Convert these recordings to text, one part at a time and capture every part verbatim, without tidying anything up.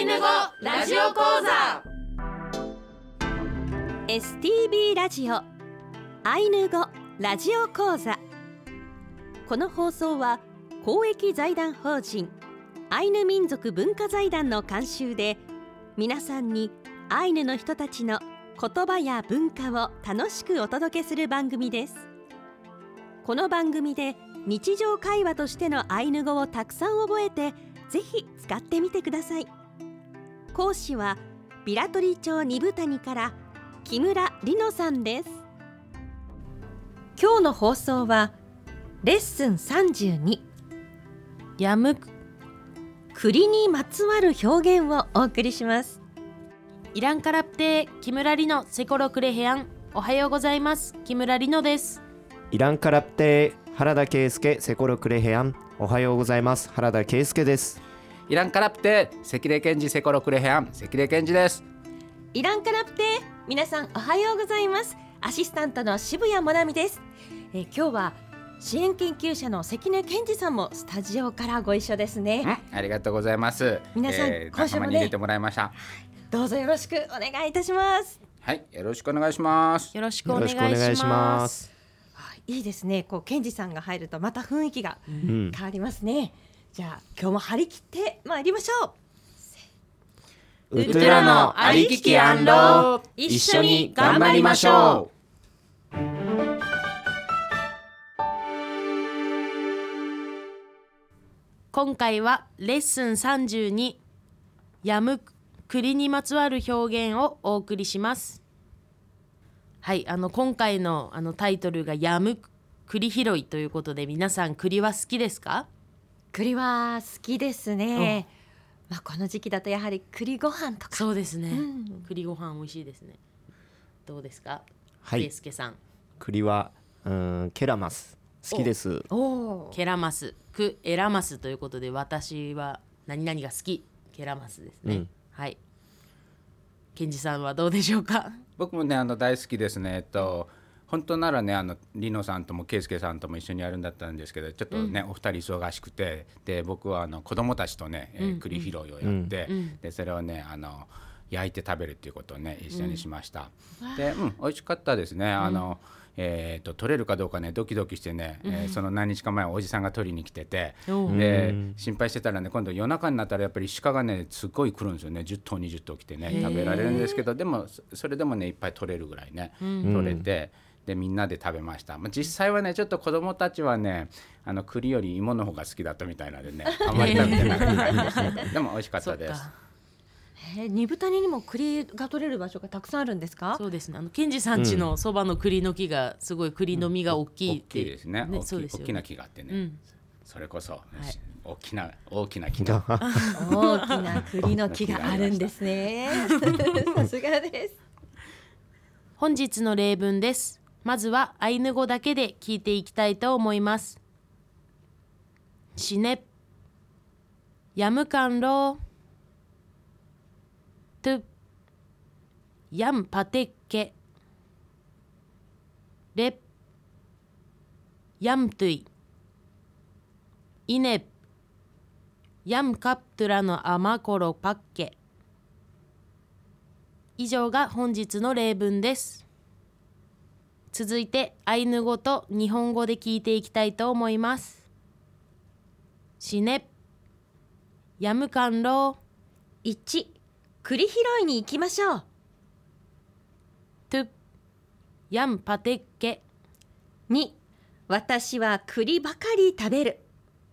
イヌ語ラジオ講座エスティービー ラジオアイヌ語ラジオ講座。この放送は公益財団法人アイヌ民族文化財団の監修で、皆さんにアイヌの人たちの言葉や文化を楽しくお届けする番組です。この番組で日常会話としてのアイヌ語をたくさん覚えて、ぜひ使ってみてください。講師はビラトリ町二部谷から木村里乃さんです。今日の放送はレッスンさんじゅうに、 やむ栗にまつわる表現をお送りします。 イランカラプテ木村里乃セコロクレヘアン。おはようございます。木村里乃です。 イランカラプテ原田圭介セコロクレヘアン。おはようございます。原田圭介です。 イランカラプテ関根健二セコロクレヘアン関根健二です。 イランカラプテ皆さんおはようございます。アシスタントの渋谷もなみです。えー、今日は支援研究者の関根健二さんもスタジオからご一緒ですね。 ありがとうございます。 皆さん、 えー、 今週もね仲間に入れてもらいました。 どうぞよろしくお願いいたします。 はい、よろしくお願いします。 よろしくお願いしよろしくお願いしまますす。 いいですね。こう健二さんが入るとまた雰囲気がうん変わりますね。じゃあ今日も張り切って参りましょう。 ウトゥラのありききアンロー、 一緒に頑張りましょう。 今回はレッスンさんじゅうに、やむ栗にまつわる表現をお送りします。はい、あの今回のあのタイトルがやむ栗拾いということで、皆さん栗は好きですか？ 栗は好きですね。まあ、この時期だとやはり栗ご飯とか。 そうですね、 うん栗ご飯美味しいですね。どうですか、 はい圭介さん？ 栗はうーんケラマス好きです。 おーケラマスクエラマスということで、私は何々が好きケラマスですね、 うんはい。ケンジさんはどうでしょうか？ 僕もねあの大好きですね。えっと本当ならねあのリノさんともケイスケさんとも一緒にやるんだったんですけど、ちょっとね、うん、お二人忙しくて、で僕はあの子供たちとね、えー、栗拾いをやって、うん、でそれをねあの焼いて食べるっていうことをね一緒にしました、うん、で、うん、美味しかったですね。あの、うんえー、と取れるかどうかねドキドキしてね、うんえー、その何日か前おじさんが取りに来てて、で心配してたらね、今度夜中になったらやっぱり鹿がねすっごい来るんですよね。じゅっとうにじゅっとう来てね食べられるんですけど、でもそれでもねいっぱい取れるぐらいね、うん、取れて、でみんなで食べました、まあ、実際はねちょっと子供たちはねあの栗より芋の方が好きだったみたいなのでねあんまり食べてなかったんですけどでも美味しかったです。 えー、二部谷にも栗が取れる場所がたくさんあるんですか？ そうですね、あのケンジさん家のそばの栗の木がすごい栗の実が大きいって、 うん、大きいですね、 ね、 大きい、 そうですよね、 大きな木があってね、うん、それこそ、はい、大きな大きな木が大きな栗の木があるんですねさすがです。 本日の例文です。まずはアイヌ語だけで聞いていきたいと思います。しねやむかんろとやんぱてっけれやんといいねやんかっとらのあまころパッケ。以上が本日の例文です。続いてアイヌ語と日本語で聞いていきたいと思います。しねやむかんろいち栗拾いに行きましょう。 とやんぱてっけ。 に私は栗ばかり食べる。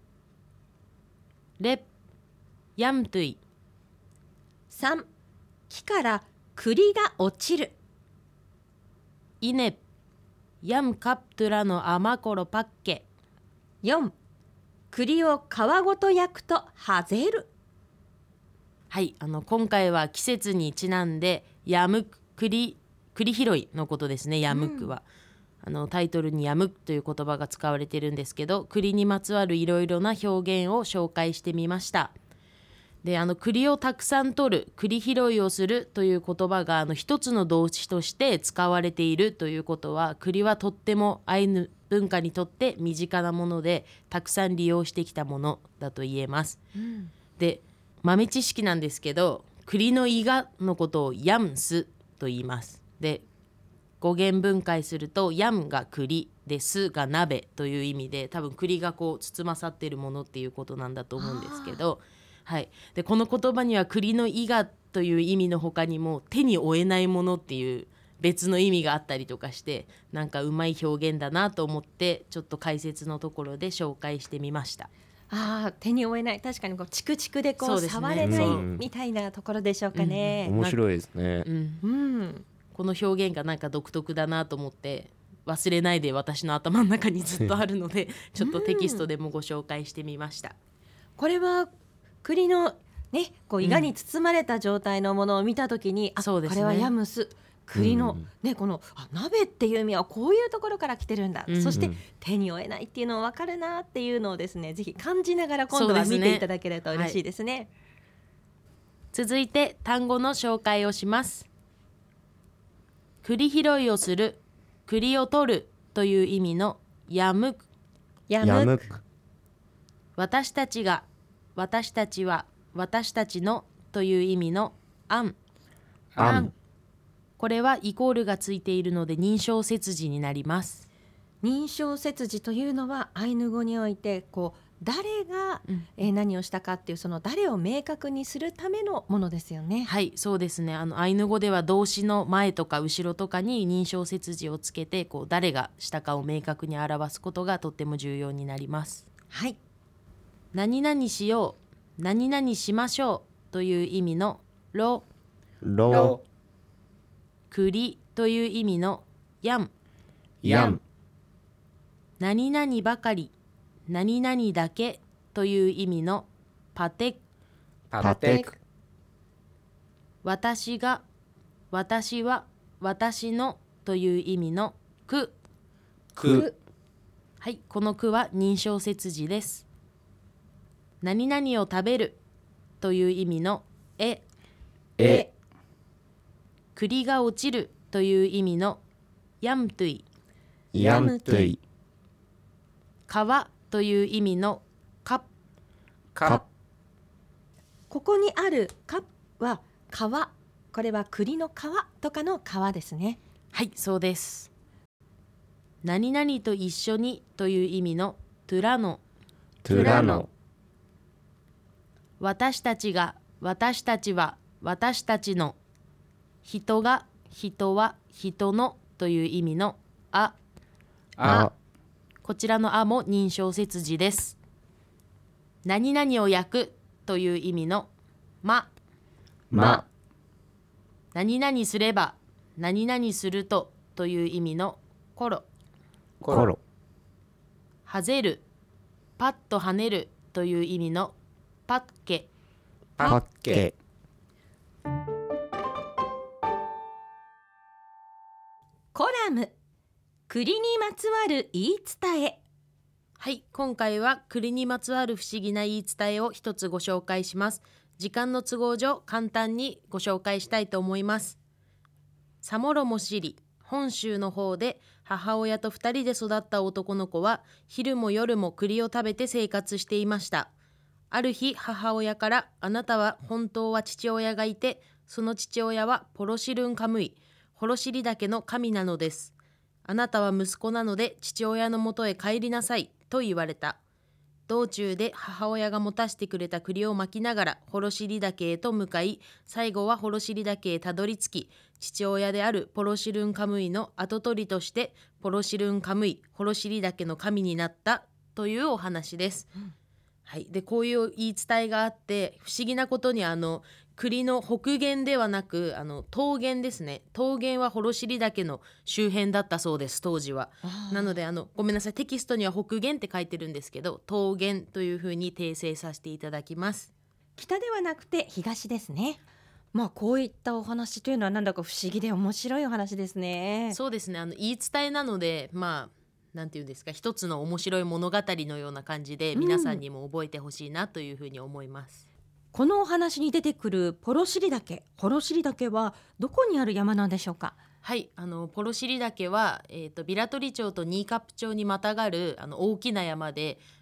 れやんとい。 さん木から栗が落ちる。 いねやんかっとらのあまころパッケ。 よん栗を皮ごと焼くとはぜる。 はい、あの今回は季節にちなんでやむ栗栗拾いのことですね。やむくは、うん、あのタイトルにやむという言葉が使われてるんですけど、栗にまつわるいろいろな表現を紹介してみました。であの栗をたくさん取る栗拾いをするという言葉があの一つの動詞として使われているということは、栗はとってもアイヌ文化にとって身近なものでたくさん利用してきたものだと言えます、うん、で豆知識なんですけど、栗のイガのことをヤムスと言います。で、語源分解するとヤムが栗でスが鍋という意味で、多分栗がこう包まさっているものっていうことなんだと思うんですけど、はい、でこの言葉には栗のイガという意味の他にも手に負えないものっていう別の意味があったりとかして、なんかうまい表現だなと思ってちょっと解説のところで紹介してみました。 あー、手に負えない、確かにこうチクチクでこうそうですね触れないうんみたいなところでしょうかね。 面白いですね。 うん、 うんこの表現がなんか独特だなと思って忘れないで私の頭の中にずっとあるのでちょっとテキストでもご紹介してみました。 これは栗のね、こうイガに包まれた状態のものを見たときに、あ、 そうですねこれはヤムス、栗の、 うんね、このあ鍋っていう意味はこういうところから来てるんだ、 うんそしてうん手に負えないっていうのを分かるなっていうのをですね、ぜひ感じながら今度はそうですね見ていただけると嬉しいですね。 続いて単語の紹介をします。栗拾いをする、栗を取るという意味のやむく。 ヤやむムく。 私たちが、私たちは、私たちのという意味のあん。 あん。 これはイコールがついているので認証接字になります。 認証接字というのはアイヌ語においてこう誰が、 うんえー何をしたかっていうその誰を明確にするためのものですよね。 はい、そうですね。あのアイヌ語では動詞の前とか後ろとかに認証接字をつけて、こう誰がしたかを明確に表すことがとっても重要になります。 はい、 何々しよう、何々しましょうという意味のろ、 ろ。 ろ栗という意味のやん、 やん。 何々ばかり、何々だけという意味のパテク。 パテク。 私が、私は、私のという意味のく。 くはい、このくは認証接字です。何々を食べるという意味のえ。 え。 栗が落ちるという意味のやんとい。 やんとい。 川という意味のか。 かここにあるかは皮、これは栗の皮とかの皮ですね。 はい、そうです。何々と一緒にという意味のトゥラノ。 トゥラノ。 私たちが、私たちは、私たちの。人が、人は、人のという意味のあ。 あ。 こちらのあも認証接字です。何々を焼くという意味のま。 ま。 何々すれば、何々するとという意味のコロ。 コロ。 はぜる、パッと跳ねるという意味のパッケ。 パッケ。 コラム、栗にまつわる言い伝え。 はい、今回は栗にまつわる不思議な言い伝えを一つご紹介します。時間の都合上簡単にご紹介したいと思います。サモロモシリ、本州の方で母親と二人で育った男の子は昼も夜も栗を食べて生活していました。ある日母親から、あなたは本当は父親がいて、その父親はポロシルンカムイ、ホロシリダケの神なのです。あなたは息子なので父親のもとへ帰りなさいと言われた。道中で母親が持たせてくれた栗を巻きながらホロシリ岳へと向かい、最後はホロシリ岳へたどり着き、父親であるポロシルンカムイの跡取りとしてポロシルンカムイ、ホロシリ岳の神になったというお話です。うんはい、でこういう言い伝えがあって、不思議なことにあの栗の北限ではなく、あの東限ですね。東限はホロシリ岳の周辺だったそうです、当時は。なのであのごめんなさい、テキストには北限って書いてるんですけど、東限というふうに訂正させていただきます。 北ではなくて東ですね。まあこういったお話というのはなんだか不思議で面白いお話ですね。 そうですね、あの言い伝えなので、まあなんていうんですか、一つの面白い物語のような感じで皆さんにも覚えてほしいなというふうに思います。 このお話に出てくるポロシリ岳、ホロシリ岳はどこにある山なんでしょうか。 はい、あのポロシリ岳は、えーと、ビラトリ町とニーカップ町にまたがるあの大きな山で、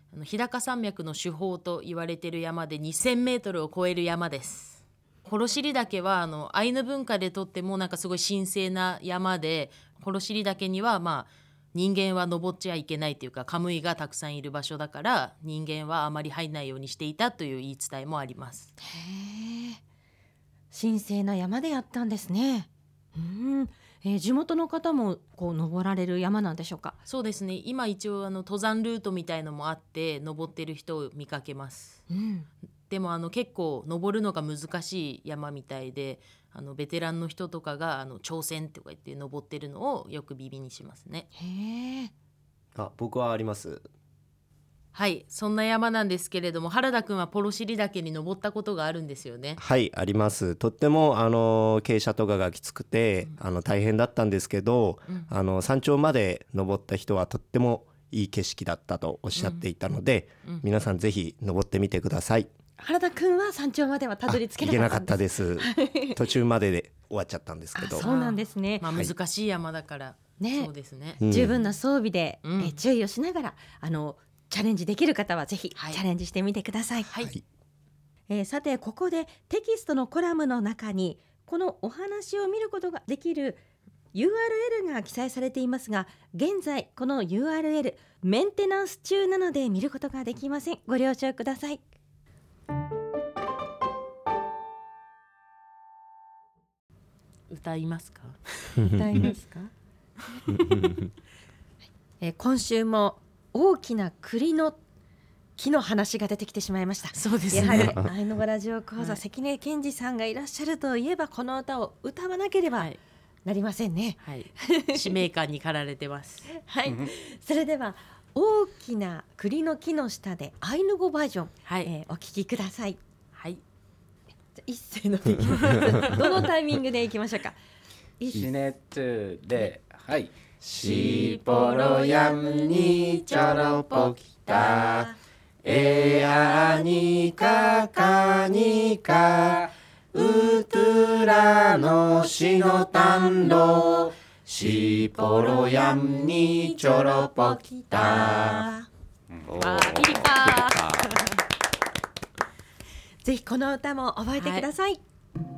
あの日高山脈の主峰と言われている山でにせんメートルを超える山です。幌尻岳はあのアイヌ文化でとってもなんかすごい神聖な山で、幌尻岳にはまあ人間は登っちゃいけないというかカムイがたくさんいる場所だから人間はあまり入らないようにしていたという言い伝えもあります。 へえ、神聖な山でやったんですね。うん、えー地元の方もこう登られる山なんでしょうか。 そうですね、今一応あの登山ルートみたいのもあって登ってる人を見かけます。 うんでもあの結構登るのが難しい山みたいで、あのベテランの人とかがあの挑戦とか言って登ってるのをよく耳にしますね。 へえ、 あ、僕はあります。 はい、そんな山なんですけれども、原田くんは幌尻岳に登ったことがあるんですよね。 はいあります。とってもあの傾斜とかがきつくて、あの大変だったんですけど、あの山頂まで登った人はとってもいい景色だったとおっしゃっていたので、皆さんぜひ登ってみてください。 原田くんは山頂まではたどり着け行けなかなかっんでったたですす。途中までで終わっちゃったんですけど。 あそうなんですね。 まあ、難しい山だから、 ねそうですね。 うん十分な装備で、 うんえー注意をしながらあのチャレンジできる方はぜひはいチャレンジしてみてください。 はい、 はいえーさてここでテキストのコラムの中にこのお話を見ることができる ユーアールエル が記載されていますが、現在この ユーアールエル メンテナンス中なので見ることができません。ご了承ください。 歌いますか？ 歌いますか？えー今週も大きな栗の木の話が出てきてしまいました。 そうですやはりね。 アイヌ語ラジオ講座、 はい関根健二さんがいらっしゃるといえばこの歌を歌わなければはい、 なりませんね。 はい、使命感に駆られてます。 はい、それでは大きな栗の木の下でアイヌ語バージョン、 はい、 えーお聞きください。 はい、 じゃ一斉のでいきますどのタイミングでいきましょうか。いシネツで、はい。シポロヤムにちょろぽきた。エアニカカニカ。ウトゥラのしのたんろ。シポロヤムにちょろぽきた。 あー、ピリカぜひこの歌も覚えてください。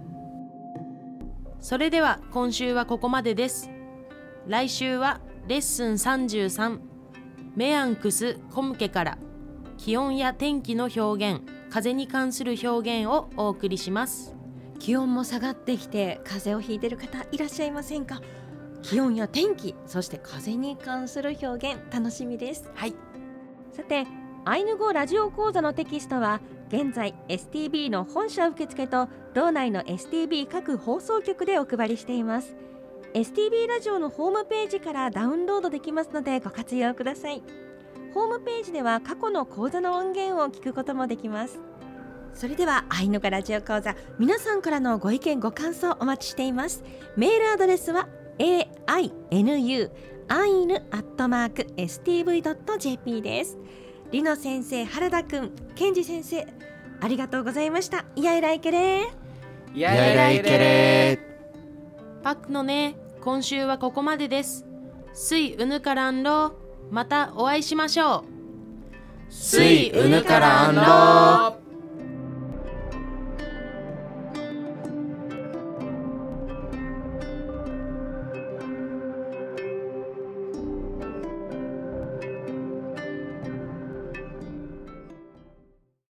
それでは今週はここまでです。来週はレッスンさんじゅうさん、メアンクスコムケから気温や天気の表現、風に関する表現をお送りします。 気温も下がってきて風邪をひいている方いらっしゃいませんか。気温や天気、そして風に関する表現楽しみです。 はい、 さてアイヌ語ラジオ講座のテキストは現在 エスティービー の本社受付と道内の エスティービー 各放送局でお配りしています。 エスティービー ラジオのホームページからダウンロードできますのでご活用ください。ホームページでは過去の講座の音源を聞くこともできます。それではアイヌ語ラジオ講座、皆さんからのご意見ご感想お待ちしています。メールアドレスは エーアイエヌユー アイヌ アットマーク エスティーブイ ドット ジェーピー です。リノ先生、原田くん、ケンジ先生、ありがとうございました。いやいらいけれー。 いやいらいけれパックのね、今週はここまでです。スイウヌカランロー、またお会いしましょう。 スイウヌカランロー。